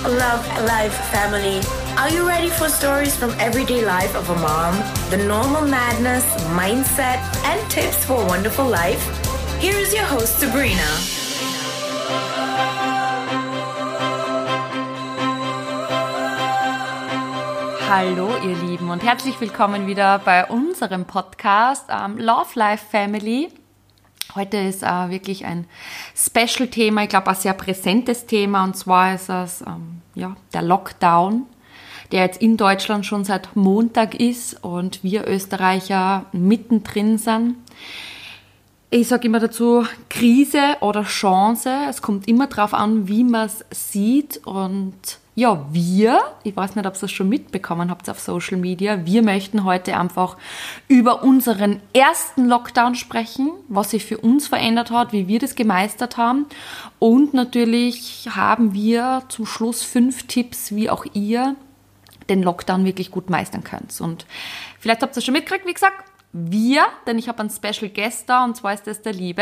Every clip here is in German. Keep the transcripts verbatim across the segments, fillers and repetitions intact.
Love Life family. Are you ready for stories from everyday life of a mom? The normal madness, mindset, and tips for a wonderful life? Here is your host, Sabrina. Hallo ihr Lieben und herzlich willkommen wieder bei unserem Podcast ähm, Love Life Family. Heute ist äh, wirklich ein Special-Thema, ich glaube ein sehr präsentes Thema, und zwar ist es ähm, ja, der Lockdown, der jetzt in Deutschland schon seit Montag ist und wir Österreicher mittendrin sind. Ich sage immer dazu, Krise oder Chance, es kommt immer darauf an, wie man es sieht. Und ja, wir, ich weiß nicht, ob ihr das schon mitbekommen habt auf Social Media, wir möchten heute einfach über unseren ersten Lockdown sprechen, was sich für uns verändert hat, wie wir das gemeistert haben. Und natürlich haben wir zum Schluss fünf Tipps, wie auch ihr den Lockdown wirklich gut meistern könnt. Und vielleicht habt ihr es schon mitgekriegt, wie gesagt, wir, denn ich habe einen Special Guest da, und zwar ist das der liebe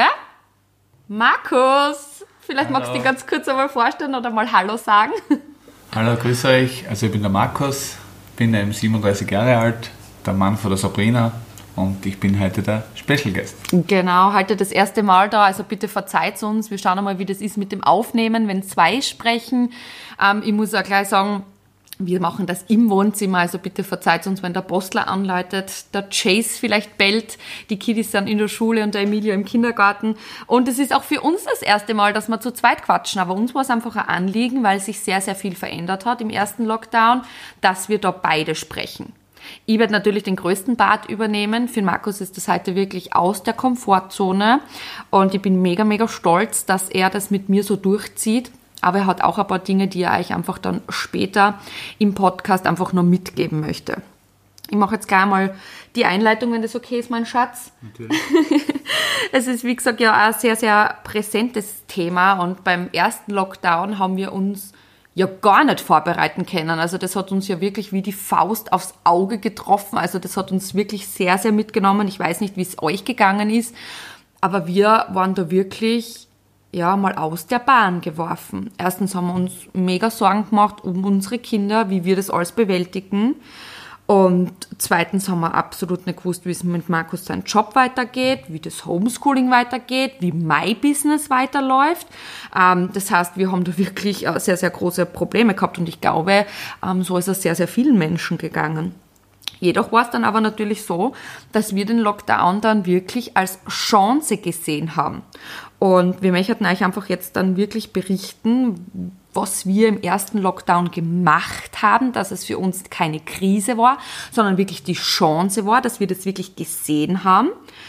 Markus. Vielleicht Hallo. Magst du dich ganz kurz einmal vorstellen oder mal Hallo sagen. Hallo, grüß euch. Also ich bin der Markus, bin eben siebenunddreißig Jahre alt, der Mann von der Sabrina, und ich bin heute der Special Guest. Genau, heute das erste Mal da, also bitte verzeiht uns. Wir schauen einmal, wie das ist mit dem Aufnehmen, wenn zwei sprechen. Ähm, ich muss auch gleich sagen, wir machen das im Wohnzimmer, also bitte verzeiht uns, wenn der Postler anläutet, der Chase vielleicht bellt, die Kiddies sind in der Schule und der Emilio im Kindergarten. Und es ist auch für uns das erste Mal, dass wir zu zweit quatschen, aber uns war es einfach ein Anliegen, weil sich sehr, sehr viel verändert hat im ersten Lockdown, dass wir da beide sprechen. Ich werde natürlich den größten Part übernehmen. Für Markus ist das heute wirklich aus der Komfortzone und ich bin mega, mega stolz, dass er das mit mir so durchzieht. Aber er hat auch ein paar Dinge, die er euch einfach dann später im Podcast einfach nur mitgeben möchte. Ich mache jetzt gleich mal die Einleitung, wenn das okay ist, mein Schatz. Natürlich. Es ist, wie gesagt, ja ein sehr, sehr präsentes Thema. Und beim ersten Lockdown haben wir uns ja gar nicht vorbereiten können. Also das hat uns ja wirklich wie die Faust aufs Auge getroffen. Also das hat uns wirklich sehr, sehr mitgenommen. Ich weiß nicht, wie es euch gegangen ist, aber wir waren da wirklich ja, mal aus der Bahn geworfen. Erstens haben wir uns mega Sorgen gemacht um unsere Kinder, wie wir das alles bewältigen. Und zweitens haben wir absolut nicht gewusst, wie es mit Markus sein Job weitergeht, wie das Homeschooling weitergeht, wie mein Business weiterläuft. Ähm, das heißt, wir haben da wirklich äh, sehr, sehr große Probleme gehabt, und ich glaube, ähm, so ist es sehr, sehr vielen Menschen gegangen. Jedoch war es dann aber natürlich so, dass wir den Lockdown dann wirklich als Chance gesehen haben. Und wir möchten euch einfach jetzt dann wirklich berichten, was wir im ersten Lockdown gemacht haben, dass es für uns keine Krise war, sondern wirklich die Chance war, dass wir das wirklich gesehen haben.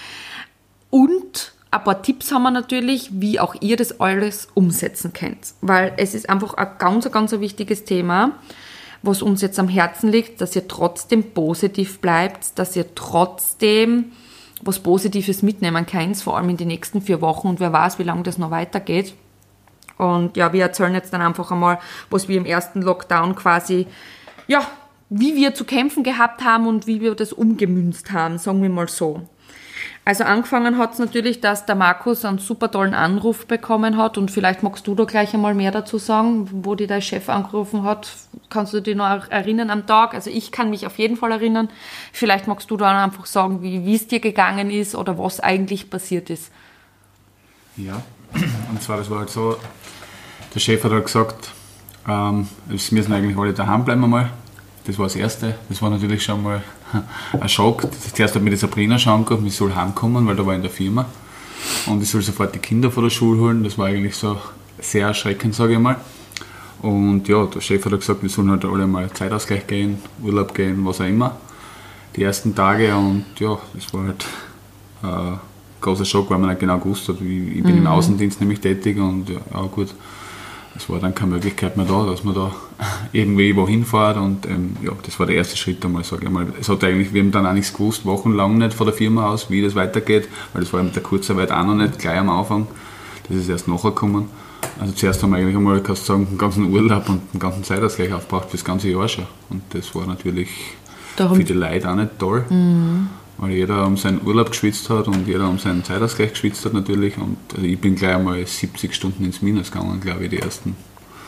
Und ein paar Tipps haben wir natürlich, wie auch ihr das alles umsetzen könnt. Weil es ist einfach ein ganz, ganz ein wichtiges Thema, was uns jetzt am Herzen liegt, dass ihr trotzdem positiv bleibt, dass ihr trotzdem was Positives mitnehmen könnt, vor allem in die nächsten vier Wochen, und wer weiß, wie lange das noch weitergeht. Und ja, wir erzählen jetzt dann einfach einmal, was wir im ersten Lockdown quasi, ja, wie wir zu kämpfen gehabt haben und wie wir das umgemünzt haben, sagen wir mal so. Also angefangen hat es natürlich, dass der Markus einen super tollen Anruf bekommen hat, und vielleicht magst du da gleich einmal mehr dazu sagen, wo dir dein Chef angerufen hat. Kannst du dich noch erinnern am Tag? Also ich kann mich auf jeden Fall erinnern. Vielleicht magst du dann einfach sagen, wie es dir gegangen ist oder was eigentlich passiert ist. Ja, und zwar, das war halt so, der Chef hat halt gesagt, ähm, es müssen eigentlich alle daheim bleiben mal. Das war das Erste. Das war natürlich schon mal ein Schock. Zuerst hat mir die Sabrina schon angerufen, ich soll heimkommen, weil da war ich in der Firma. Und ich soll sofort die Kinder von der Schule holen. Das war eigentlich so sehr erschreckend, sage ich mal. Und ja, der Chef hat gesagt, wir sollen halt alle mal Zeitausgleich gehen, Urlaub gehen, was auch immer. Die ersten Tage, und ja, das war halt ein äh, großer Schock, weil man nicht genau gewusst hat. Ich, ich bin mhm. im Außendienst nämlich tätig, und ja gut, es war dann keine Möglichkeit mehr da, dass man da irgendwie wo hinfährt, und ähm, ja, das war der erste Schritt einmal, sage ich mal. Es hat eigentlich, wir haben dann auch nichts gewusst, wochenlang nicht von der Firma aus, wie das weitergeht, weil das war mit der Kurzarbeit auch noch nicht gleich am Anfang, das ist erst nachher gekommen. Also zuerst haben wir eigentlich einmal, kannst du sagen, den ganzen Urlaub und den ganzen Zeitausgleich aufgebraucht für das ganze Jahr schon, und das war natürlich Darum. für die Leute auch nicht toll. Mhm. Weil jeder um seinen Urlaub geschwitzt hat und jeder um seinen Zeitausgleich geschwitzt hat natürlich. Und also ich bin gleich einmal siebzig Stunden ins Minus gegangen, glaube ich, die ersten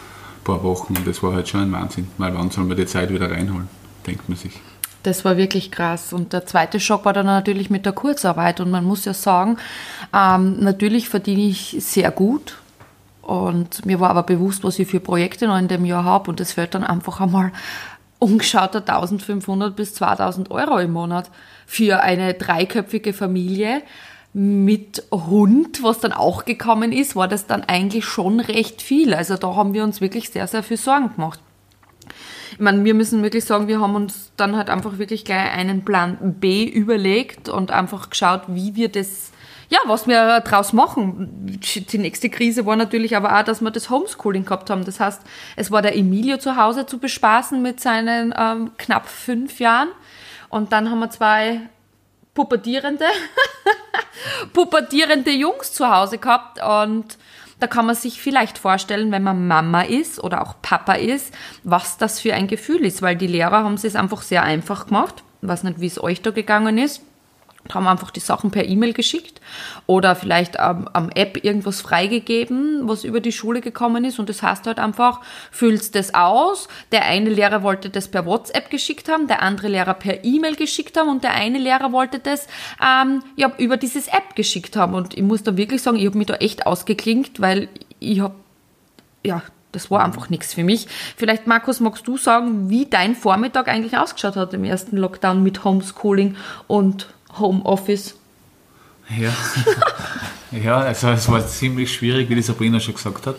paar Wochen. Und das war halt schon ein Wahnsinn, weil wann soll man die Zeit wieder reinholen, denkt man sich. Das war wirklich krass. Und der zweite Schock war dann natürlich mit der Kurzarbeit. Und man muss ja sagen, ähm, natürlich verdiene ich sehr gut. Und mir war aber bewusst, was ich für Projekte noch in dem Jahr habe. Und das fällt dann einfach einmal umgeschauter eintausendfünfhundert bis zweitausend Euro im Monat für eine dreiköpfige Familie mit Hund, was dann auch gekommen ist, war das dann eigentlich schon recht viel. Also da haben wir uns wirklich sehr, sehr viel Sorgen gemacht. Ich meine, wir müssen wirklich sagen, wir haben uns dann halt einfach wirklich gleich einen Plan B überlegt und einfach geschaut, wie wir das, ja, was wir draus machen. Die nächste Krise war natürlich aber auch, dass wir das Homeschooling gehabt haben. Das heißt, es war der Emilio zu Hause zu bespaßen mit seinen ähm, knapp fünf Jahren. Und dann haben wir zwei pubertierende, pubertierende Jungs zu Hause gehabt. Und da kann man sich vielleicht vorstellen, wenn man Mama ist oder auch Papa ist, was das für ein Gefühl ist. Weil die Lehrer haben es einfach sehr einfach gemacht. Ich weiß nicht, wie es euch da gegangen ist. Haben einfach die Sachen per E-Mail geschickt oder vielleicht am, am App irgendwas freigegeben, was über die Schule gekommen ist, und das heißt halt einfach, füllst das aus. Der eine Lehrer wollte das per WhatsApp geschickt haben, der andere Lehrer per E-Mail geschickt haben und der eine Lehrer wollte das ähm, ja, über dieses App geschickt haben. Und ich muss da wirklich sagen, ich habe mich da echt ausgeklinkt, weil ich habe, ja, das war einfach nichts für mich. Vielleicht, Markus, magst du sagen, wie dein Vormittag eigentlich ausgeschaut hat im ersten Lockdown mit Homeschooling und Homeoffice? Ja. Ja, also es war ziemlich schwierig, wie die Sabrina schon gesagt hat.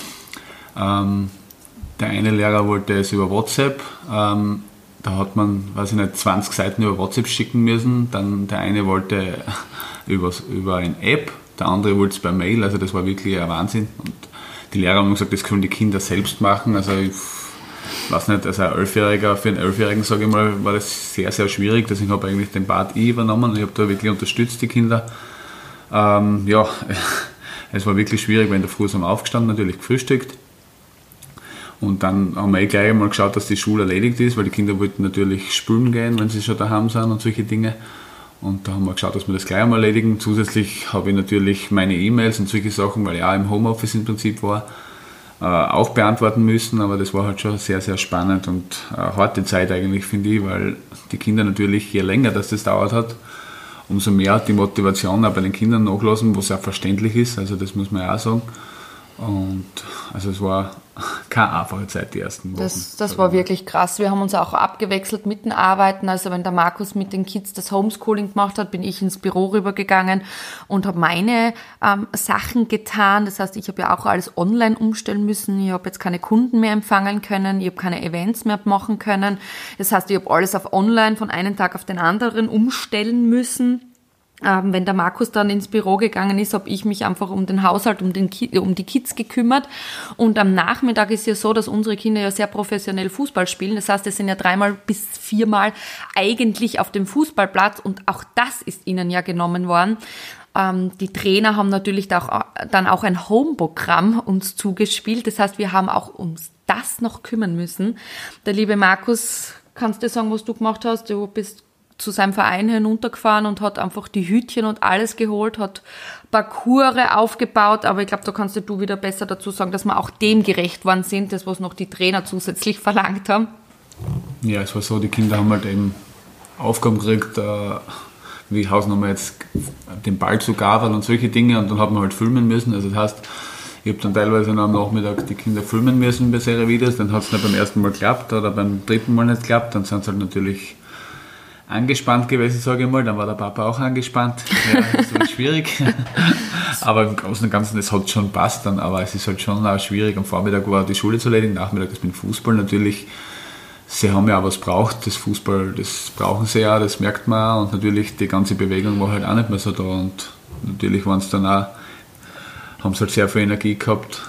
Ähm, der eine Lehrer wollte es über WhatsApp, ähm, da hat man, weiß ich nicht, zwanzig Seiten über WhatsApp schicken müssen. Dann der eine wollte über, über eine App, der andere wollte es per Mail, also das war wirklich ein Wahnsinn. Und die Lehrer haben gesagt, das können die Kinder selbst machen. Also ich weiß nicht, also ein Elfjähriger, für einen Elfjährigen, sage ich mal, war das sehr, sehr schwierig. Deswegen habe ich eigentlich den Part ich übernommen und ich habe da wirklich unterstützt, die Kinder. Ähm, ja, es war wirklich schwierig, weil in der Früh sind wir aufgestanden, natürlich gefrühstückt. Und dann haben wir eh gleich einmal geschaut, dass die Schule erledigt ist, weil die Kinder wollten natürlich spülen gehen, wenn sie schon daheim sind und solche Dinge. Und da haben wir geschaut, dass wir das gleich einmal erledigen. Zusätzlich habe ich natürlich meine E-Mails und solche Sachen, weil ich auch im Homeoffice im Prinzip war, auch beantworten müssen, aber das war halt schon sehr, sehr spannend und eine harte Zeit eigentlich, finde ich, weil die Kinder natürlich, je länger das das dauert hat, umso mehr die Motivation auch bei den Kindern nachlassen, was auch verständlich ist, also das muss man ja auch sagen. Und also es war keine einfache Zeit, die ersten Wochen. Das, das war wirklich krass. Wir haben uns auch abgewechselt mit den Arbeiten. Also wenn der Markus mit den Kids das Homeschooling gemacht hat, bin ich ins Büro rübergegangen und habe meine ähm, Sachen getan. Das heißt, ich habe ja auch alles online umstellen müssen. Ich habe jetzt keine Kunden mehr empfangen können. Ich habe keine Events mehr machen können. Das heißt, ich habe alles auf online von einem Tag auf den anderen umstellen müssen. Ähm, wenn der Markus dann ins Büro gegangen ist, habe ich mich einfach um den Haushalt, um, den Ki- um die Kids gekümmert. Und am Nachmittag ist ja so, dass unsere Kinder ja sehr professionell Fußball spielen. Das heißt, es sind ja dreimal bis viermal eigentlich auf dem Fußballplatz und auch das ist ihnen ja genommen worden. Ähm, die Trainer haben natürlich auch, dann auch ein Home-Programm uns zugespielt. Das heißt, wir haben auch uns das noch kümmern müssen. Der liebe Markus, kannst du sagen, was du gemacht hast? Du bist zu seinem Verein hinuntergefahren und hat einfach die Hütchen und alles geholt, hat Parcours aufgebaut, aber ich glaube, da kannst du wieder besser dazu sagen, dass wir auch dem gerecht worden sind, das was noch die Trainer zusätzlich verlangt haben. Ja, es war so, die Kinder haben halt eben Aufgaben gekriegt, äh, wie Hausnummer jetzt den Ball zu gabeln und solche Dinge, und dann hat man halt filmen müssen, also das heißt, ich habe dann teilweise noch am Nachmittag die Kinder filmen müssen bei ihre Videos, dann hat es nicht beim ersten Mal geklappt oder beim dritten Mal nicht geklappt, dann sind sie halt natürlich angespannt gewesen, sage ich mal, dann war der Papa auch angespannt. Ja, das war schwierig. Aber im Großen und Ganzen, es hat schon passt dann, aber es ist halt schon auch schwierig. Am Vormittag war die Schule zu erledigen, Nachmittag ist mit dem Fußball natürlich. Sie haben ja auch was braucht, das Fußball, das brauchen sie ja, das merkt man auch. Und natürlich die ganze Bewegung war halt auch nicht mehr so da. Und natürlich waren es dann auch, haben sie halt sehr viel Energie gehabt.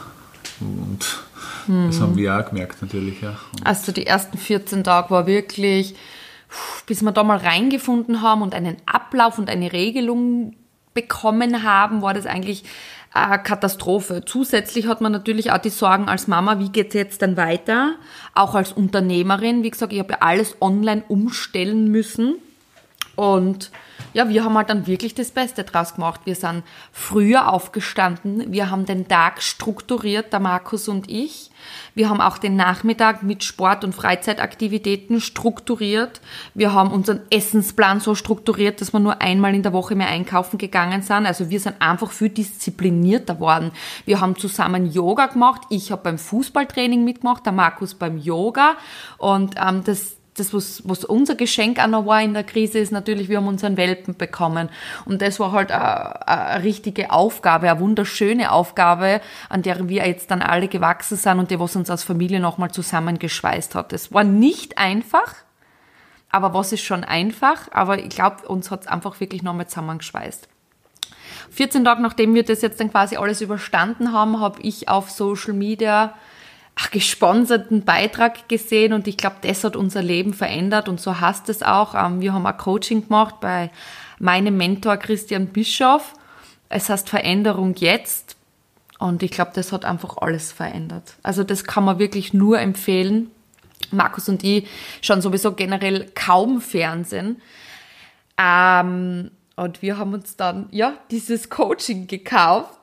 Und hm. das haben wir auch gemerkt natürlich. Ja. Also die ersten vierzehn Tage war wirklich, bis wir da mal reingefunden haben und einen Ablauf und eine Regelung bekommen haben, war das eigentlich eine Katastrophe. Zusätzlich hat man natürlich auch die Sorgen als Mama, wie geht es jetzt dann weiter? Auch als Unternehmerin, wie gesagt, ich habe ja alles online umstellen müssen und Ja, wir haben halt dann wirklich das Beste draus gemacht. Wir sind früher aufgestanden, wir haben den Tag strukturiert, der Markus und ich. Wir haben auch den Nachmittag mit Sport- und Freizeitaktivitäten strukturiert. Wir haben unseren Essensplan so strukturiert, dass wir nur einmal in der Woche mehr einkaufen gegangen sind. Also wir sind einfach viel disziplinierter worden. Wir haben zusammen Yoga gemacht. Ich habe beim Fußballtraining mitgemacht, der Markus beim Yoga. Und ähm, das Das, was, was unser Geschenk auch noch war in der Krise, ist natürlich, wir haben unseren Welpen bekommen. Und das war halt eine, eine richtige Aufgabe, eine wunderschöne Aufgabe, an der wir jetzt dann alle gewachsen sind und die, was uns als Familie nochmal zusammengeschweißt hat. Es war nicht einfach, aber was ist schon einfach? Aber ich glaube, uns hat es einfach wirklich nochmal zusammengeschweißt. vierzehn Tage, nachdem wir das jetzt dann quasi alles überstanden haben, habe ich auf Social Media Ach, gesponserten Beitrag gesehen und ich glaube, das hat unser Leben verändert und so heißt es auch. Wir haben ein Coaching gemacht bei meinem Mentor Christian Bischoff. Es heißt Veränderung jetzt und ich glaube, das hat einfach alles verändert. Also das kann man wirklich nur empfehlen. Markus und ich schauen sowieso generell kaum Fernsehen. Ähm, und wir haben uns dann ja dieses Coaching gekauft.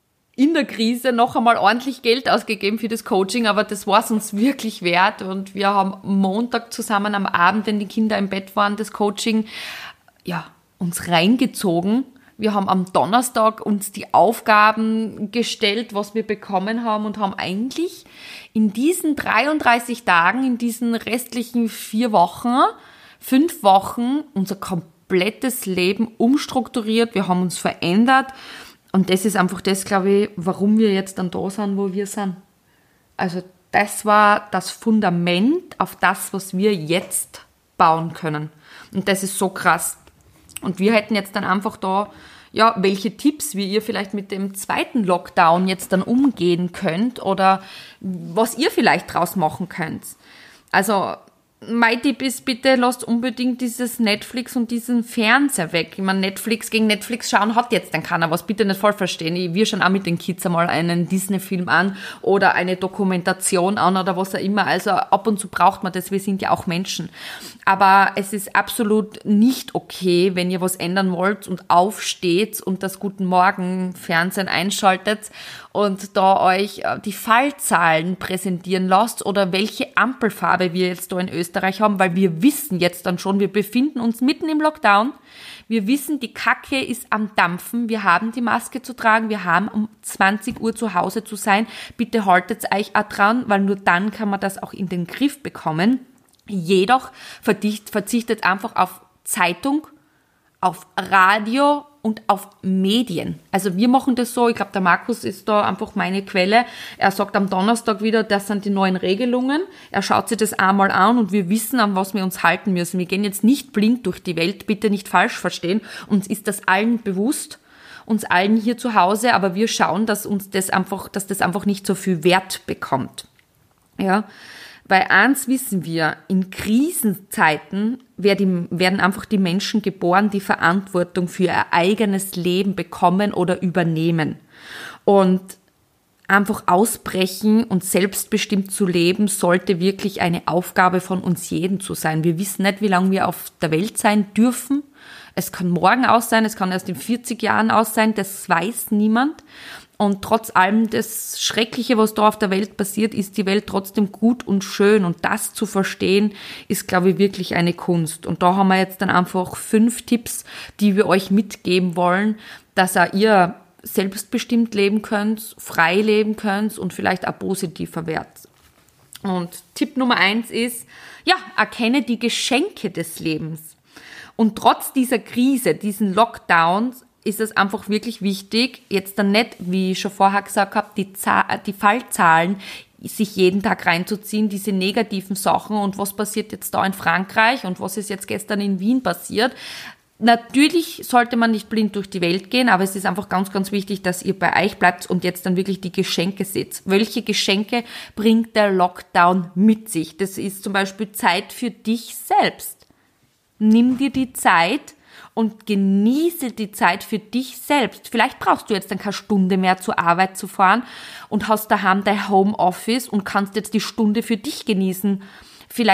In der Krise noch einmal ordentlich Geld ausgegeben für das Coaching, aber das war es uns wirklich wert und wir haben Montag zusammen am Abend, wenn die Kinder im Bett waren, das Coaching, ja, uns reingezogen. Wir haben am Donnerstag uns die Aufgaben gestellt, was wir bekommen haben und haben eigentlich in diesen dreiunddreißig Tagen, in diesen restlichen vier Wochen, fünf Wochen unser komplettes Leben umstrukturiert. Wir haben uns verändert. Und das ist einfach das, glaube ich, warum wir jetzt dann da sind, wo wir sind. Also das war das Fundament auf das, was wir jetzt bauen können. Und das ist so krass. Und wir hätten jetzt dann einfach da, ja, welche Tipps, wie ihr vielleicht mit dem zweiten Lockdown jetzt dann umgehen könnt oder was ihr vielleicht draus machen könnt. Also mein Tipp ist, bitte lasst unbedingt dieses Netflix und diesen Fernseher weg. Ich meine, Netflix gegen Netflix schauen hat jetzt dann keiner, was bitte nicht voll verstehen. Wir schauen auch mit den Kids einmal einen Disney-Film an oder eine Dokumentation an oder was auch immer. Also ab und zu braucht man das, wir sind ja auch Menschen. Aber es ist absolut nicht okay, wenn ihr was ändern wollt und aufsteht und das Guten Morgen Fernsehen einschaltet und da euch die Fallzahlen präsentieren lasst oder welche Ampelfarbe wir jetzt da in Österreich haben, weil wir wissen jetzt dann schon, wir befinden uns mitten im Lockdown, wir wissen, die Kacke ist am Dampfen, wir haben die Maske zu tragen, wir haben um zwanzig Uhr zu Hause zu sein, bitte haltet euch auch dran, weil nur dann kann man das auch in den Griff bekommen. Jedoch verzichtet einfach auf Zeitung, auf Radio und auf Medien. Also wir machen das so, ich glaube, der Markus ist da einfach meine Quelle. Er sagt am Donnerstag wieder, das sind die neuen Regelungen. Er schaut sich das einmal an und wir wissen, an was wir uns halten müssen. Wir gehen jetzt nicht blind durch die Welt, bitte nicht falsch verstehen. Uns ist das allen bewusst, uns allen hier zu Hause, aber wir schauen, dass uns das einfach, dass das einfach nicht so viel Wert bekommt. Ja. Weil eins wissen wir, in Krisenzeiten werden einfach die Menschen geboren, die Verantwortung für ihr eigenes Leben bekommen oder übernehmen. Und einfach ausbrechen und selbstbestimmt zu leben, sollte wirklich eine Aufgabe von uns jeden zu sein. Wir wissen nicht, wie lange wir auf der Welt sein dürfen. Es kann morgen aus sein, es kann erst in vierzig Jahren aus sein, das weiß niemand. Und trotz allem das Schreckliche, was da auf der Welt passiert, ist die Welt trotzdem gut und schön. Und das zu verstehen, ist, glaube ich, wirklich eine Kunst. Und da haben wir jetzt dann einfach fünf Tipps, die wir euch mitgeben wollen, dass auch ihr selbstbestimmt leben könnt, frei leben könnt und vielleicht auch positiver werdet. Und Tipp Nummer eins ist, ja, erkenne die Geschenke des Lebens. Und trotz dieser Krise, diesen Lockdowns, ist es einfach wirklich wichtig, jetzt dann nicht, wie ich schon vorher gesagt habe, die, Zahl, die Fallzahlen sich jeden Tag reinzuziehen, diese negativen Sachen und was passiert jetzt da in Frankreich und was ist jetzt gestern in Wien passiert. Natürlich sollte man nicht blind durch die Welt gehen, aber es ist einfach ganz, ganz wichtig, dass ihr bei euch bleibt und jetzt dann wirklich die Geschenke seht. Welche Geschenke bringt der Lockdown mit sich? Das ist zum Beispiel Zeit für dich selbst. Nimm dir die Zeit und genieße die Zeit für dich selbst. Vielleicht brauchst du jetzt dann keine Stunde mehr zur Arbeit zu fahren und hast daheim dein Homeoffice und kannst jetzt die Stunde für dich genießen. Vielleicht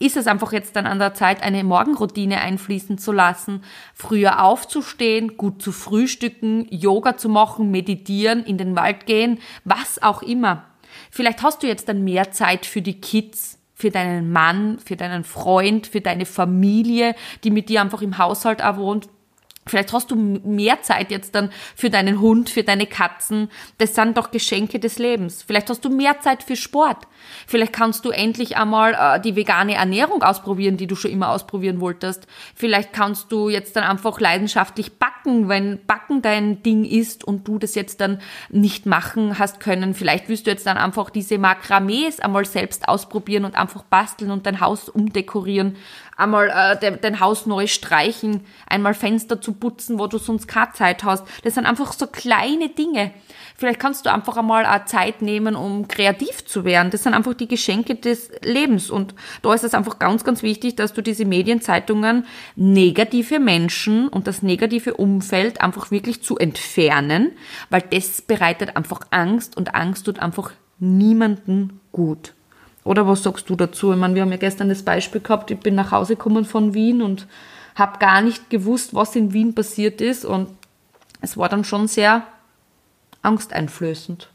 ist es einfach jetzt dann an der Zeit, eine Morgenroutine einfließen zu lassen, früher aufzustehen, gut zu frühstücken, Yoga zu machen, meditieren, in den Wald gehen, was auch immer. Vielleicht hast du jetzt dann mehr Zeit für die Kids, für deinen Mann, für deinen Freund, für deine Familie, die mit dir einfach im Haushalt auch wohnt. Vielleicht hast du mehr Zeit jetzt dann für deinen Hund, für deine Katzen. Das sind doch Geschenke des Lebens. Vielleicht hast du mehr Zeit für Sport. Vielleicht kannst du endlich einmal äh, die vegane Ernährung ausprobieren, die du schon immer ausprobieren wolltest. Vielleicht kannst du jetzt dann einfach leidenschaftlich backen, wenn Backen dein Ding ist und du das jetzt dann nicht machen hast können. Vielleicht willst du jetzt dann einfach diese Makramees einmal selbst ausprobieren und einfach basteln und dein Haus umdekorieren. Einmal äh, de, dein Haus neu streichen, einmal Fenster zu putzen, wo du sonst keine Zeit hast. Das sind einfach so kleine Dinge. Vielleicht kannst du einfach einmal auch Zeit nehmen, um kreativ zu werden. Das sind einfach die Geschenke des Lebens. Und da ist es einfach ganz, ganz wichtig, dass du diese Medienzeitungen, negative Menschen und das negative Umfeld einfach wirklich zu entfernen, weil das bereitet einfach Angst und Angst tut einfach niemanden gut. Oder was sagst du dazu? Ich meine, wir haben ja gestern das Beispiel gehabt, ich bin nach Hause gekommen von Wien und habe gar nicht gewusst, was in Wien passiert ist und es war dann schon sehr angsteinflößend.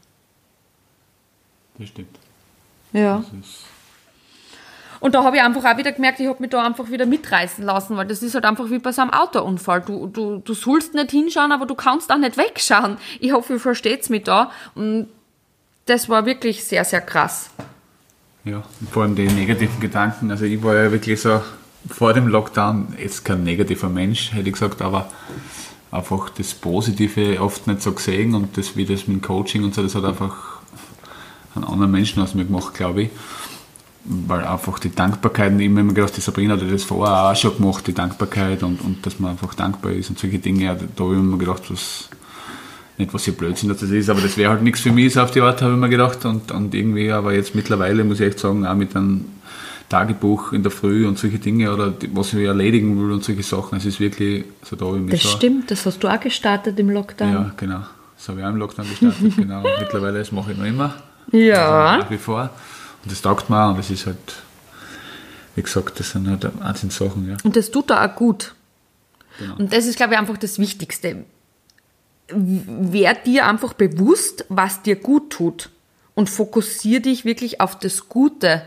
Das stimmt. Ja. Das ist Und da habe ich einfach auch wieder gemerkt, ich habe mich da einfach wieder mitreißen lassen, weil das ist halt einfach wie bei so einem Autounfall. Du, du, du sollst nicht hinschauen, aber du kannst auch nicht wegschauen. Ich hoffe, ihr versteht mich da. Und das war wirklich sehr, sehr krass. Ja, und vor allem die negativen Gedanken. Also ich war ja wirklich so vor dem Lockdown jetzt kein negativer Mensch, hätte ich gesagt, aber einfach das Positive oft nicht so gesehen und das wie das mit dem Coaching und so, das hat einfach einen anderen Menschen aus mir gemacht, glaube ich. Weil einfach die Dankbarkeit, ich habe mir gedacht, die Sabrina hat das vorher auch schon gemacht, die Dankbarkeit und, und dass man einfach dankbar ist und solche Dinge. Da habe ich mir gedacht, was, nicht was hier Blödsinn das ist, aber das wäre halt nichts für mich, so auf die Art, habe ich mir gedacht. Und, und irgendwie, aber jetzt mittlerweile muss ich echt sagen, auch mit einem Tagebuch in der Früh und solche Dinge oder die, was ich erledigen will und solche Sachen, es ist wirklich, so da habe ich mich Das so, stimmt, das hast du auch gestartet im Lockdown. Ja, genau. Das habe ich auch im Lockdown gestartet, genau. Und mittlerweile, das mache ich noch immer. Ja. Also nach wie vor. Und das taugt mir auch und das ist halt, wie gesagt, das sind halt einzelne Sachen, ja. Und das tut da auch gut. Genau. Und das ist, glaube ich, einfach das Wichtigste. Werd dir einfach bewusst, was dir gut tut und fokussiere dich wirklich auf das Gute.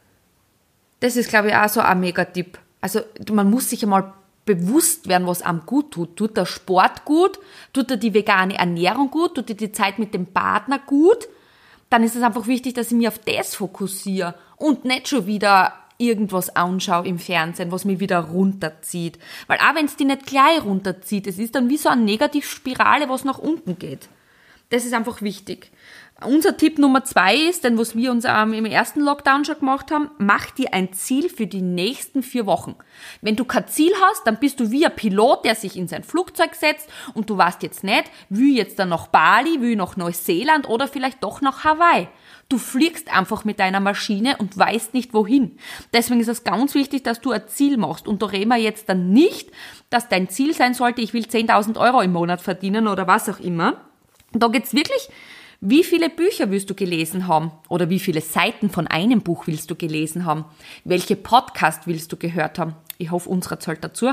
Das ist, glaube ich, auch so ein Megatipp. Also man muss sich einmal bewusst werden, was einem gut tut. Tut der Sport gut? Tut dir die vegane Ernährung gut? Tut dir die Zeit mit dem Partner gut? Dann ist es einfach wichtig, dass ich mich auf das fokussiere und nicht schon wieder irgendwas anschaue im Fernsehen, was mich wieder runterzieht. Weil auch wenn es die nicht gleich runterzieht, es ist dann wie so eine Negativspirale, was nach unten geht. Das ist einfach wichtig. Unser Tipp Nummer zwei ist, denn was wir uns ähm, im ersten Lockdown schon gemacht haben, mach dir ein Ziel für die nächsten vier Wochen. Wenn du kein Ziel hast, dann bist du wie ein Pilot, der sich in sein Flugzeug setzt und du weißt jetzt nicht, will ich jetzt dann nach Bali, will ich nach Neuseeland oder vielleicht doch nach Hawaii. Du fliegst einfach mit deiner Maschine und weißt nicht wohin. Deswegen ist es ganz wichtig, dass du ein Ziel machst. Und da reden wir jetzt dann nicht, dass dein Ziel sein sollte, ich will zehntausend Euro im Monat verdienen oder was auch immer. Da geht's wirklich, wie viele Bücher willst du gelesen haben? Oder wie viele Seiten von einem Buch willst du gelesen haben? Welche Podcast willst du gehört haben? Ich hoffe, unsere zählt dazu.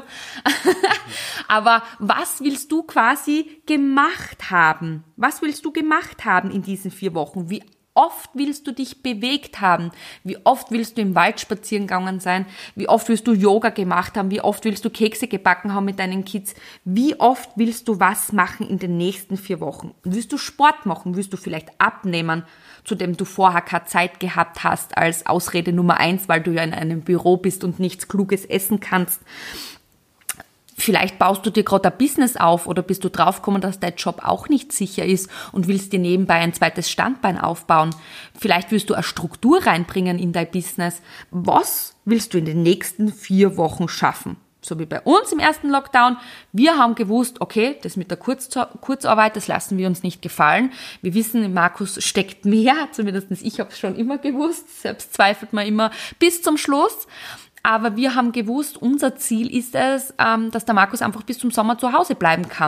Aber was willst du quasi gemacht haben? Was willst du gemacht haben in diesen vier Wochen? Wie oft willst du dich bewegt haben? Wie oft willst du im Wald spazieren gegangen sein? Wie oft willst du Yoga gemacht haben? Wie oft willst du Kekse gebacken haben mit deinen Kids? Wie oft willst du was machen in den nächsten vier Wochen? Willst du Sport machen? Willst du vielleicht abnehmen, zu dem du vorher keine Zeit gehabt hast als Ausrede Nummer eins, weil du ja in einem Büro bist und nichts Kluges essen kannst? Vielleicht baust du dir gerade ein Business auf oder bist du draufgekommen, dass dein Job auch nicht sicher ist und willst dir nebenbei ein zweites Standbein aufbauen. Vielleicht willst du eine Struktur reinbringen in dein Business. Was willst du in den nächsten vier Wochen schaffen? So wie bei uns im ersten Lockdown. Wir haben gewusst, okay, das mit der Kurz- Kurzarbeit, das lassen wir uns nicht gefallen. Wir wissen, in Markus steckt mehr, zumindest ich habe es schon immer gewusst. Selbst zweifelt man immer bis zum Schluss. Aber wir haben gewusst, unser Ziel ist es, dass der Markus einfach bis zum Sommer zu Hause bleiben kann.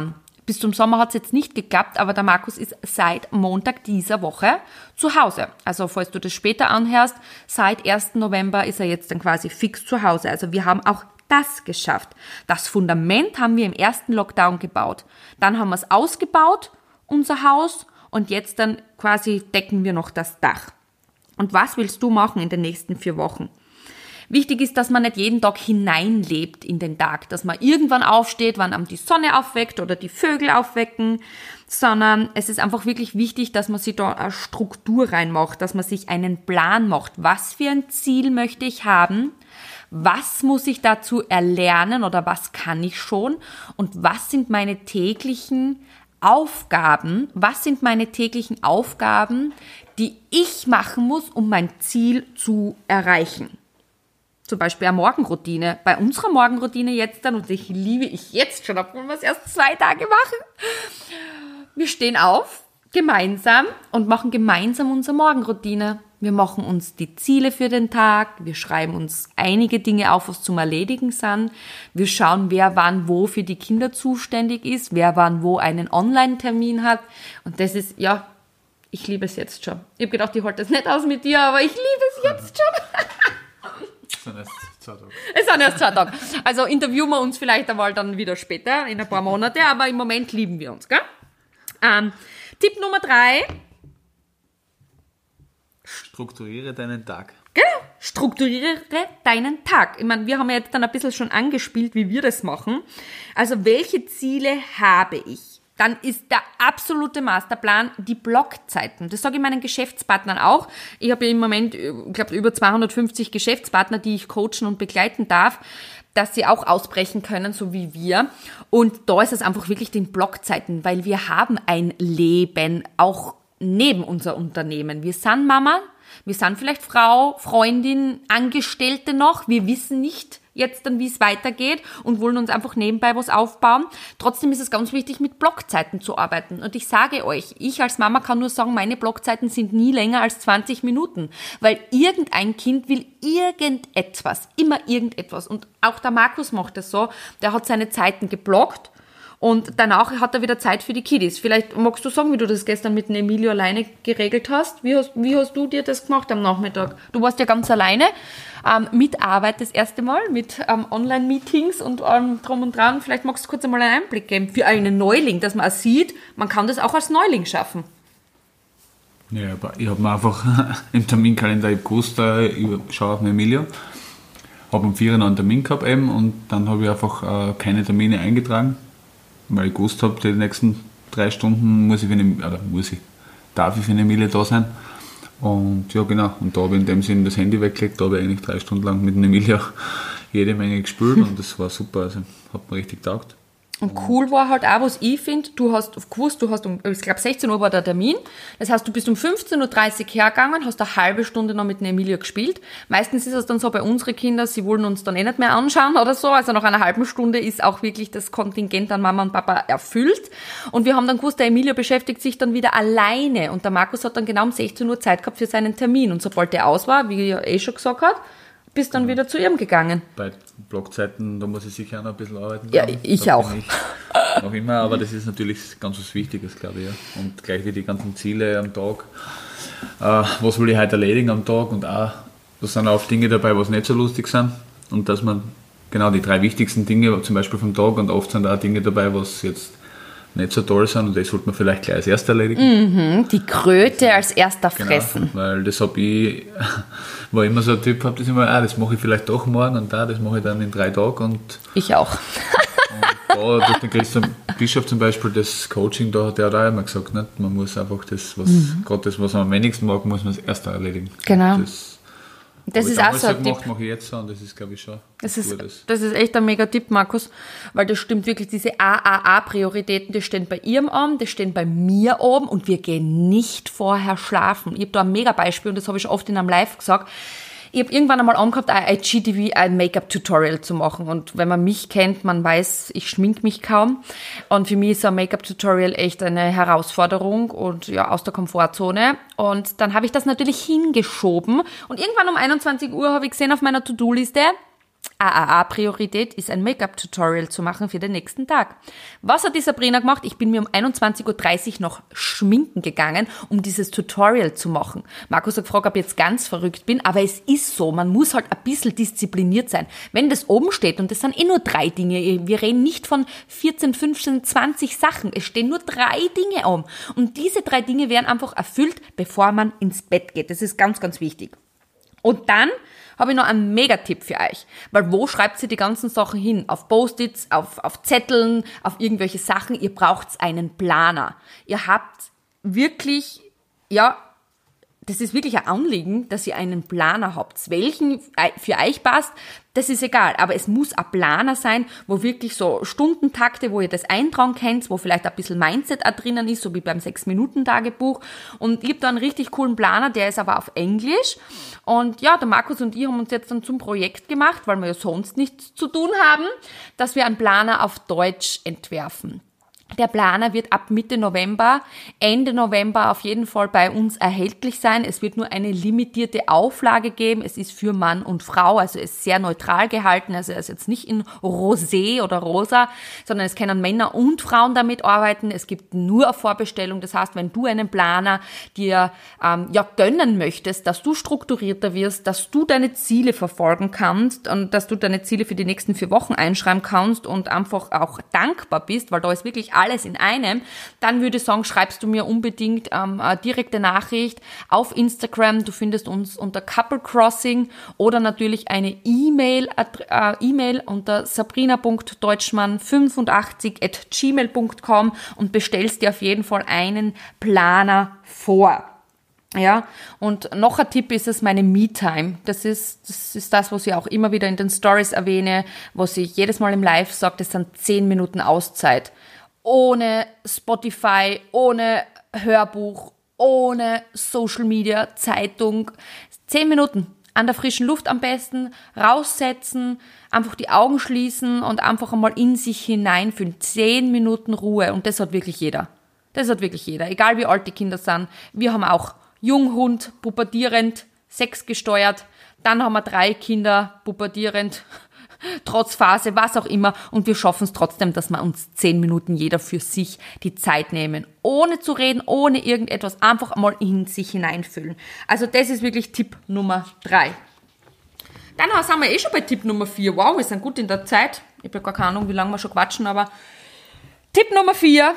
Bis zum Sommer hat es jetzt nicht geklappt, aber der Markus ist seit Montag dieser Woche zu Hause. Also falls du das später anhörst, seit ersten November ist er jetzt dann quasi fix zu Hause. Also wir haben auch das geschafft. Das Fundament haben wir im ersten Lockdown gebaut. Dann haben wir es ausgebaut, unser Haus, und jetzt dann quasi decken wir noch das Dach. Und was willst du machen in den nächsten vier Wochen? Wichtig ist, dass man nicht jeden Tag hineinlebt in den Tag, dass man irgendwann aufsteht, wann einem die Sonne aufweckt oder die Vögel aufwecken, sondern es ist einfach wirklich wichtig, dass man sich da eine Struktur reinmacht, dass man sich einen Plan macht. Was für ein Ziel möchte ich haben? Was muss ich dazu erlernen oder was kann ich schon? Und was sind meine täglichen Aufgaben? Was sind meine täglichen Aufgaben, die ich machen muss, um mein Ziel zu erreichen? Zum Beispiel eine Morgenroutine. Bei unserer Morgenroutine jetzt dann, und ich liebe ich jetzt schon, obwohl wir es erst zwei Tage machen. Wir stehen auf, gemeinsam, und machen gemeinsam unsere Morgenroutine. Wir machen uns die Ziele für den Tag, wir schreiben uns einige Dinge auf, was zum Erledigen sind. Wir schauen, wer wann wo für die Kinder zuständig ist, wer wann wo einen Online-Termin hat. Und das ist, ja, ich liebe es jetzt schon. Ich habe gedacht, ich halte das nicht aus mit dir, aber ich liebe es jetzt schon. Es sind erst zwei Tage. Es sind erst zwei Tage. Also interviewen wir uns vielleicht einmal dann wieder später, in ein paar Monate, aber im Moment lieben wir uns, gell? Ähm, Tipp Nummer drei. Strukturiere deinen Tag. Genau, strukturiere deinen Tag. Ich meine, wir haben ja jetzt dann ein bisschen schon angespielt, wie wir das machen. Also welche Ziele habe ich? Dann ist der absolute Masterplan die Blockzeiten. Das sage ich meinen Geschäftspartnern auch. Ich habe ja im Moment, ich glaube, über zweihundertfünfzig Geschäftspartner, die ich coachen und begleiten darf, dass sie auch ausbrechen können, so wie wir. Und da ist es einfach wirklich den Blockzeiten, weil wir haben ein Leben, auch neben unser Unternehmen. Wir sind Mama, wir sind vielleicht Frau, Freundin, Angestellte noch. Wir wissen nicht jetzt dann, wie es weitergeht, und wollen uns einfach nebenbei was aufbauen. Trotzdem ist es ganz wichtig, mit Blockzeiten zu arbeiten. Und ich sage euch, ich als Mama kann nur sagen, meine Blockzeiten sind nie länger als zwanzig Minuten, weil irgendein Kind will irgendetwas, immer irgendetwas. Und auch der Markus macht das so, der hat seine Zeiten geblockt. Und danach hat er wieder Zeit für die Kiddies. Vielleicht magst du sagen, wie du das gestern mit dem Emilio alleine geregelt hast. Wie hast, wie hast du dir das gemacht am Nachmittag? Du warst ja ganz alleine ähm, mit Arbeit das erste Mal, mit ähm, Online-Meetings und allem drum und dran. Vielleicht magst du kurz einmal einen Einblick geben für einen Neuling, dass man auch sieht, man kann das auch als Neuling schaffen. Ja, aber ich habe mir einfach im Terminkalender gewusst, ich schaue auf den Emilio. Habe um vier Uhr noch einen Termin gehabt eben, und dann habe ich einfach äh, keine Termine eingetragen, weil ich gewusst habe, die nächsten drei Stunden muss ich für eine, oder muss ich, darf ich für eine Emilia da sein. Und ja, genau, und da habe ich in dem Sinn das Handy weggelegt, da habe ich eigentlich drei Stunden lang mit einer Emilia jede Menge gespielt, und das war super, also hat mir richtig getaugt. Und cool war halt auch, was ich finde, du hast gewusst, du hast um, ich glaube sechzehn Uhr war der Termin, das heißt, du bist um fünfzehn Uhr dreißig hergegangen, hast eine halbe Stunde noch mit einer Emilia gespielt. Meistens ist es dann so bei unseren Kindern, sie wollen uns dann eh nicht mehr anschauen oder so, also nach einer halben Stunde ist auch wirklich das Kontingent an Mama und Papa erfüllt. Und wir haben dann gewusst, der Emilio beschäftigt sich dann wieder alleine, und der Markus hat dann genau um sechzehn Uhr Zeit gehabt für seinen Termin, und sobald der aus war, wie er eh schon gesagt hat, bist dann wieder zu ihm gegangen. Bei Blockzeiten, da muss ich sicher auch noch ein bisschen arbeiten. Ja, ich da auch. Ich noch immer, aber das ist natürlich ganz was Wichtiges, glaube ich. Ja. Und gleich wie die ganzen Ziele am Tag. Äh, was will ich heute erledigen am Tag? Und auch, da sind auch Dinge dabei, was nicht so lustig sind. Und dass man, genau, die drei wichtigsten Dinge, zum Beispiel vom Tag, und oft sind auch Dinge dabei, was jetzt nicht so toll sind, und das sollte man vielleicht gleich als erster erledigen. Mhm, die Kröte als erster fressen. Genau, weil das habe ich, war immer so ein Typ, habe das immer, ah, das mache ich vielleicht doch morgen, und da, das mache ich dann in drei Tagen. Und ich auch. Und da durch den Christian Bischof zum Beispiel, das Coaching, da hat er auch immer gesagt, nicht? Man muss einfach das, was, mhm. gerade das, was man am wenigsten mag, muss man als erster erledigen. Genau. Das, Das ist auch so ein Tipp. Mache ich jetzt so, und das ist, glaube ich, schon das ist, Gutes. Das ist echt ein mega Tipp, Markus, weil das stimmt wirklich, diese A A A-Prioritäten, die stehen bei ihrem an, die stehen bei mir oben, und wir gehen nicht vorher schlafen. Ich habe da ein mega Beispiel, und das habe ich schon oft in einem Live gesagt. Ich habe irgendwann einmal angehabt, ein I G T V, ein Make-up-Tutorial zu machen. Und wenn man mich kennt, man weiß, ich schminke mich kaum. Und für mich ist so ein Make-up-Tutorial echt eine Herausforderung und ja, aus der Komfortzone. Und dann habe ich das natürlich hingeschoben. Und irgendwann um einundzwanzig Uhr habe ich gesehen auf meiner To-Do-Liste, A A A-Priorität ist ein Make-up-Tutorial zu machen für den nächsten Tag. Was hat die Sabrina gemacht? Ich bin mir um einundzwanzig Uhr dreißig noch schminken gegangen, um dieses Tutorial zu machen. Markus hat gefragt, ob ich jetzt ganz verrückt bin, aber es ist so, man muss halt ein bisschen diszipliniert sein. Wenn das oben steht, und das sind eh nur drei Dinge, wir reden nicht von vierzehn, fünfzehn, zwanzig Sachen, es stehen nur drei Dinge oben. Und diese drei Dinge werden einfach erfüllt, bevor man ins Bett geht. Das ist ganz, ganz wichtig. Und dann habe ich noch einen Megatipp für euch. Weil wo schreibt ihr die ganzen Sachen hin? Auf Post-its, auf, auf Zetteln, auf irgendwelche Sachen. Ihr braucht einen Planer. Ihr habt wirklich, ja, das ist wirklich ein Anliegen, dass ihr einen Planer habt. Welchen für euch passt, das ist egal. Aber es muss ein Planer sein, wo wirklich so Stundentakte, wo ihr das eintragen könnt, wo vielleicht ein bisschen Mindset auch drinnen ist, so wie beim sechs Minuten Tagebuch. Und ich habe da einen richtig coolen Planer, der ist aber auf Englisch. Und ja, der Markus und ich haben uns jetzt dann zum Projekt gemacht, weil wir ja sonst nichts zu tun haben, dass wir einen Planer auf Deutsch entwerfen. Der Planer wird ab Mitte November, Ende November auf jeden Fall bei uns erhältlich sein. Es wird nur eine limitierte Auflage geben. Es ist für Mann und Frau, also es ist sehr neutral gehalten. Also es ist jetzt nicht in Rosé oder Rosa, sondern es können Männer und Frauen damit arbeiten. Es gibt nur eine Vorbestellung. Das heißt, wenn du einen Planer dir ähm, ja gönnen möchtest, dass du strukturierter wirst, dass du deine Ziele verfolgen kannst und dass du deine Ziele für die nächsten vier Wochen einschreiben kannst und einfach auch dankbar bist, weil da ist wirklich alles in einem, dann würde ich sagen, schreibst du mir unbedingt ähm, eine direkte Nachricht auf Instagram. Du findest uns unter Couple Crossing oder natürlich eine E-Mail, äh, E-Mail unter sabrina punkt deutschmann fünfundachtzig at gmail punkt com und bestellst dir auf jeden Fall einen Planer vor. Ja, und noch ein Tipp ist es meine Me-Time. Das ist, das ist das, was ich auch immer wieder in den Stories erwähne, was ich jedes Mal im Live sage, das sind zehn Minuten Auszeit. Ohne Spotify, ohne Hörbuch, ohne Social Media, Zeitung. Zehn Minuten an der frischen Luft am besten, raussetzen, einfach die Augen schließen und einfach einmal in sich hineinfühlen. Zehn Minuten Ruhe und das hat wirklich jeder. Das hat wirklich jeder, egal wie alt die Kinder sind. Wir haben auch Junghund, pubertierend, sexgesteuert. Dann haben wir drei Kinder, pubertierend, trotz Phase, was auch immer. Und wir schaffen es trotzdem, dass wir uns zehn Minuten jeder für sich die Zeit nehmen. Ohne zu reden, ohne irgendetwas. Einfach mal in sich hineinfühlen. Also das ist wirklich Tipp Nummer drei. Dann sind wir eh schon bei Tipp Nummer vier. Wow, wir sind gut in der Zeit. Ich habe ja gar keine Ahnung, wie lange wir schon quatschen, aber Tipp Nummer vier.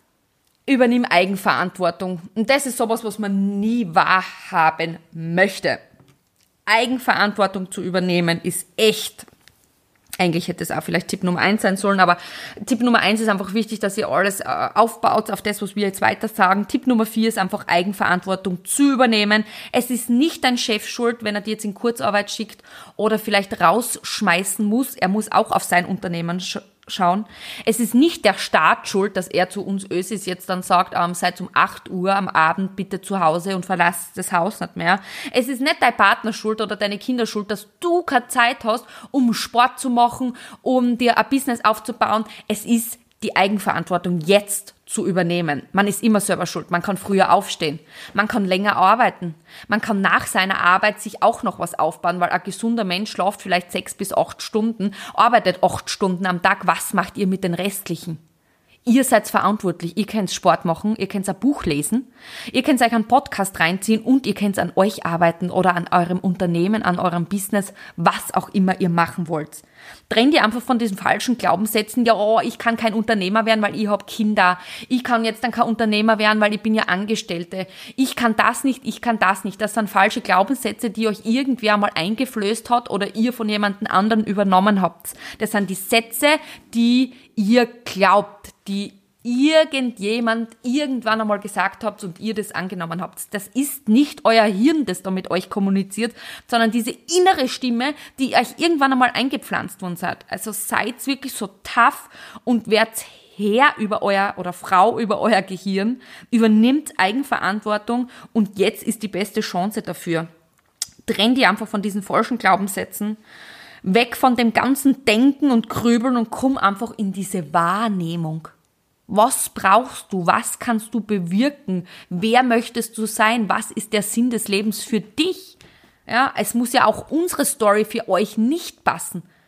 Übernimm Eigenverantwortung. Und das ist sowas, was man nie wahrhaben möchte. Eigenverantwortung zu übernehmen ist echt. Eigentlich hätte es auch vielleicht Tipp Nummer eins sein sollen, aber Tipp Nummer eins ist einfach wichtig, dass ihr alles aufbaut auf das, was wir jetzt weiter sagen. Tipp Nummer vier ist einfach Eigenverantwortung zu übernehmen. Es ist nicht dein Chef schuld, wenn er dir jetzt in Kurzarbeit schickt oder vielleicht rausschmeißen muss. Er muss auch auf sein Unternehmen sch- schauen. Es ist nicht der Staat schuld, dass er zu uns Ösis jetzt dann sagt, ähm, seid um acht Uhr am Abend bitte zu Hause und verlasst das Haus nicht mehr. Es ist nicht dein Partner schuld oder deine Kinder schuld, dass du keine Zeit hast, um Sport zu machen, um dir ein Business aufzubauen. Es ist die Eigenverantwortung jetzt zu übernehmen. Man ist immer selber schuld. Man kann früher aufstehen. Man kann länger arbeiten. Man kann nach seiner Arbeit sich auch noch was aufbauen, weil ein gesunder Mensch schläft vielleicht sechs bis acht Stunden, arbeitet acht Stunden am Tag. Was macht ihr mit den restlichen? Ihr seid verantwortlich. Ihr könnt Sport machen, ihr könnt ein Buch lesen, ihr könnt euch einen Podcast reinziehen und ihr könnt an euch arbeiten oder an eurem Unternehmen, an eurem Business, was auch immer ihr machen wollt. Trennt ihr einfach von diesen falschen Glaubenssätzen, ja, oh, ich kann kein Unternehmer werden, weil ich habe Kinder. Ich kann jetzt dann kein Unternehmer werden, weil ich bin ja Angestellte. Ich kann das nicht, ich kann das nicht. Das sind falsche Glaubenssätze, die euch irgendwer mal eingeflößt hat oder ihr von jemandem anderen übernommen habt. Das sind die Sätze, die ihr glaubt, die irgendjemand irgendwann einmal gesagt habt und ihr das angenommen habt. Das ist nicht euer Hirn, das da mit euch kommuniziert, sondern diese innere Stimme, die euch irgendwann einmal eingepflanzt worden seid. Also seid wirklich so tough und werdet Herr über euer oder Frau über euer Gehirn, übernimmt Eigenverantwortung und jetzt ist die beste Chance dafür. Trennt ihr einfach von diesen falschen Glaubenssätzen, weg von dem ganzen Denken und Grübeln und komm einfach in diese Wahrnehmung. Was brauchst du? Was kannst du bewirken? Wer möchtest du sein? Was ist der Sinn des Lebens für dich? Ja, es muss ja auch unsere Story für euch nicht passen.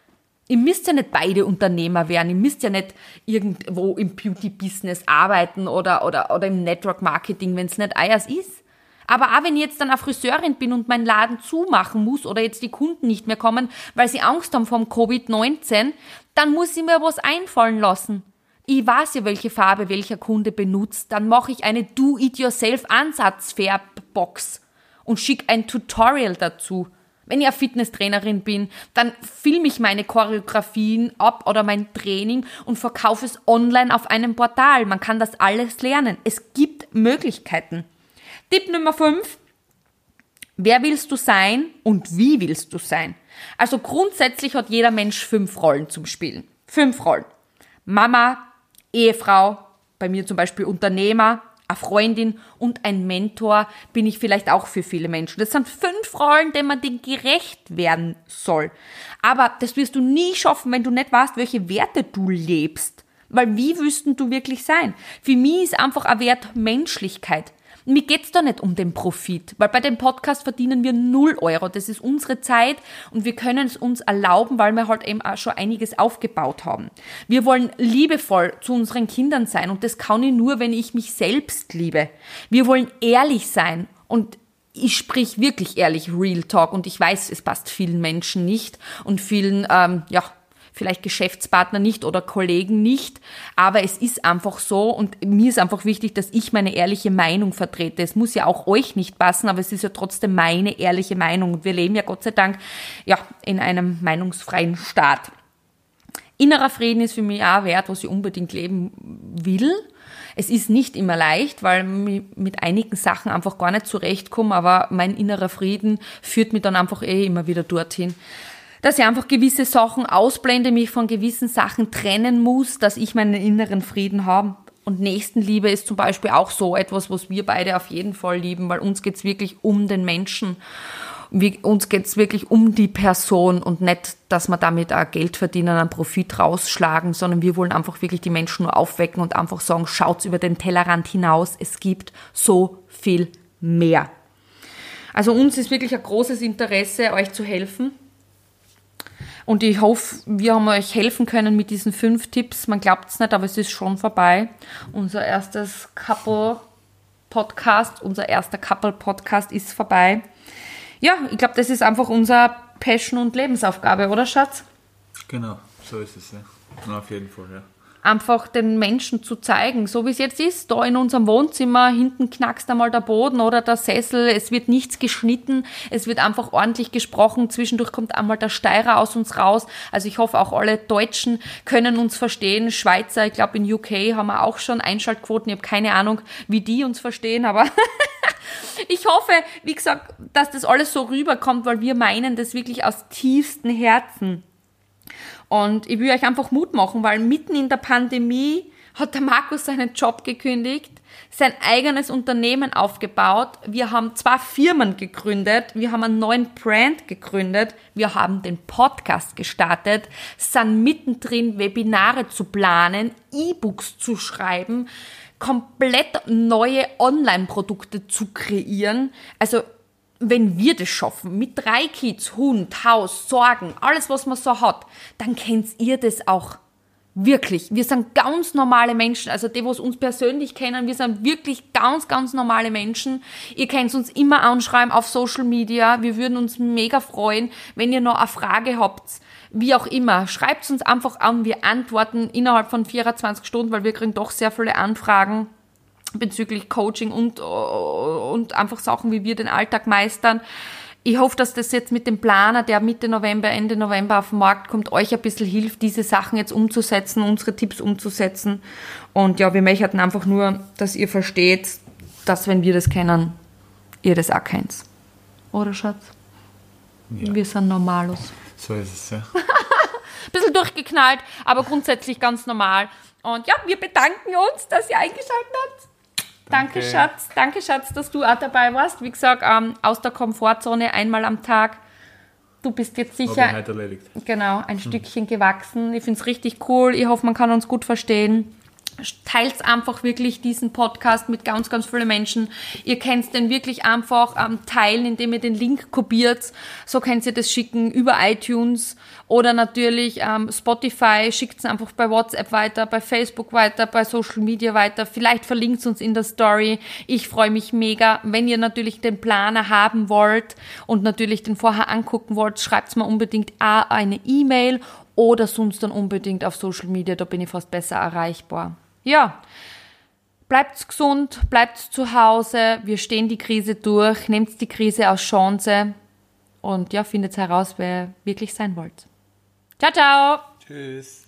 Ihr müsst ja nicht beide Unternehmer werden, ihr müsst ja nicht irgendwo im Beauty-Business arbeiten oder, oder, oder im Network-Marketing, wenn es nicht euers ist. Aber auch wenn ich jetzt dann eine Friseurin bin und meinen Laden zumachen muss oder jetzt die Kunden nicht mehr kommen, weil sie Angst haben vom Covid neunzehn, dann muss ich mir was einfallen lassen. Ich weiß ja, welche Farbe welcher Kunde benutzt, dann mache ich eine Do-it-yourself-Ansatzfärbbox und schicke ein Tutorial dazu. Wenn ich eine Fitnesstrainerin bin, dann filme ich meine Choreografien ab oder mein Training und verkaufe es online auf einem Portal. Man kann das alles lernen. Es gibt Möglichkeiten. Tipp Nummer fünf. Wer willst du sein und wie willst du sein? Also grundsätzlich hat jeder Mensch fünf Rollen zum Spielen. Fünf Rollen. Mama, Ehefrau, bei mir zum Beispiel Unternehmer, eine Freundin und ein Mentor bin ich vielleicht auch für viele Menschen. Das sind fünf Rollen, denen man denen gerecht werden soll. Aber das wirst du nie schaffen, wenn du nicht weißt, welche Werte du lebst. Weil wie wüssten du wirklich sein? Für mich ist einfach ein Wert Menschlichkeit. Mir geht's da nicht um den Profit, weil bei dem Podcast verdienen wir null Euro. Das ist unsere Zeit und wir können es uns erlauben, weil wir halt eben auch schon einiges aufgebaut haben. Wir wollen liebevoll zu unseren Kindern sein und das kann ich nur, wenn ich mich selbst liebe. Wir wollen ehrlich sein und ich sprich wirklich ehrlich Real Talk und ich weiß, es passt vielen Menschen nicht und vielen, ähm, ja, vielleicht Geschäftspartner nicht oder Kollegen nicht, aber es ist einfach so und mir ist einfach wichtig, dass ich meine ehrliche Meinung vertrete. Es muss ja auch euch nicht passen, aber es ist ja trotzdem meine ehrliche Meinung und wir leben ja Gott sei Dank ja in einem meinungsfreien Staat. Innerer Frieden ist für mich auch ein Wert, was ich unbedingt leben will. Es ist nicht immer leicht, weil ich mit einigen Sachen einfach gar nicht zurechtkomme, aber mein innerer Frieden führt mich dann einfach eh immer wieder dorthin, dass ich einfach gewisse Sachen ausblende, mich von gewissen Sachen trennen muss, dass ich meinen inneren Frieden habe. Und Nächstenliebe ist zum Beispiel auch so etwas, was wir beide auf jeden Fall lieben, weil uns geht's wirklich um den Menschen. Wir, uns geht's wirklich um die Person und nicht, dass wir damit auch Geld verdienen, einen Profit rausschlagen, sondern wir wollen einfach wirklich die Menschen nur aufwecken und einfach sagen, schaut's über den Tellerrand hinaus, es gibt so viel mehr. Also uns ist wirklich ein großes Interesse, euch zu helfen. Und ich hoffe, wir haben euch helfen können mit diesen fünf Tipps. Man glaubt es nicht, aber es ist schon vorbei. Unser erstes Couple-Podcast, unser erster Couple-Podcast ist vorbei. Ja, ich glaube, das ist einfach unser Passion und Lebensaufgabe, oder Schatz? Genau, so ist es, ja. Na, auf jeden Fall, ja. Einfach den Menschen zu zeigen, so wie es jetzt ist, da in unserem Wohnzimmer, hinten knackst einmal der Boden oder der Sessel, es wird nichts geschnitten, es wird einfach ordentlich gesprochen, zwischendurch kommt einmal der Steirer aus uns raus, also ich hoffe auch alle Deutschen können uns verstehen, Schweizer, ich glaube in U K haben wir auch schon Einschaltquoten, ich habe keine Ahnung, wie die uns verstehen, aber ich hoffe, wie gesagt, dass das alles so rüberkommt, weil wir meinen das wirklich aus tiefstem Herzen. Und ich will euch einfach Mut machen, weil mitten in der Pandemie hat der Markus seinen Job gekündigt, sein eigenes Unternehmen aufgebaut. Wir haben zwei Firmen gegründet, wir haben einen neuen Brand gegründet, wir haben den Podcast gestartet, sind mittendrin Webinare zu planen, E-Books zu schreiben, komplett neue Online-Produkte zu kreieren. Also wenn wir das schaffen, mit drei Kids, Hund, Haus, Sorgen, alles, was man so hat, dann kennt ihr das auch. Wirklich. Wir sind ganz normale Menschen. Also die, die uns persönlich kennen, wir sind wirklich ganz, ganz normale Menschen. Ihr könnt uns immer anschreiben auf Social Media. Wir würden uns mega freuen, wenn ihr noch eine Frage habt. Wie auch immer. Schreibt uns einfach an. Wir antworten innerhalb von vierundzwanzig Stunden, weil wir kriegen doch sehr viele Anfragen bezüglich Coaching und, und einfach Sachen, wie wir den Alltag meistern. Ich hoffe, dass das jetzt mit dem Planer, der Mitte November, Ende November auf den Markt kommt, euch ein bisschen hilft, diese Sachen jetzt umzusetzen, unsere Tipps umzusetzen. Und ja, wir möchten einfach nur, dass ihr versteht, dass wenn wir das kennen, ihr das auch kennt. Oder, Schatz? Ja. Wir sind normalos. So ist es, ja. Ein bisschen durchgeknallt, aber grundsätzlich ganz normal. Und ja, wir bedanken uns, dass ihr eingeschaltet habt. Danke, Danke Schatz. Danke, Schatz, dass du auch dabei warst. Wie gesagt, ähm, aus der Komfortzone einmal am Tag. Du bist jetzt sicher erledigt. Genau, ein hm. Stückchen gewachsen. Ich finde es richtig cool. Ich hoffe, man kann uns gut verstehen. Teilt einfach wirklich diesen Podcast mit ganz, ganz vielen Menschen. Ihr könnt den wirklich einfach ähm, teilen, indem ihr den Link kopiert. So könnt ihr das schicken über iTunes oder natürlich ähm, Spotify. Schickt es einfach bei WhatsApp weiter, bei Facebook weiter, bei Social Media weiter. Vielleicht verlinkt es uns in der Story. Ich freue mich mega. Wenn ihr natürlich den Planer haben wollt und natürlich den vorher angucken wollt, schreibt mir unbedingt auch eine E-Mail oder sonst dann unbedingt auf Social Media. Da bin ich fast besser erreichbar. Ja, bleibt gesund, bleibt zu Hause, wir stehen die Krise durch, nehmt die Krise als Chance und ja, findet heraus, wer ihr wirklich sein wollt. Ciao, ciao! Tschüss!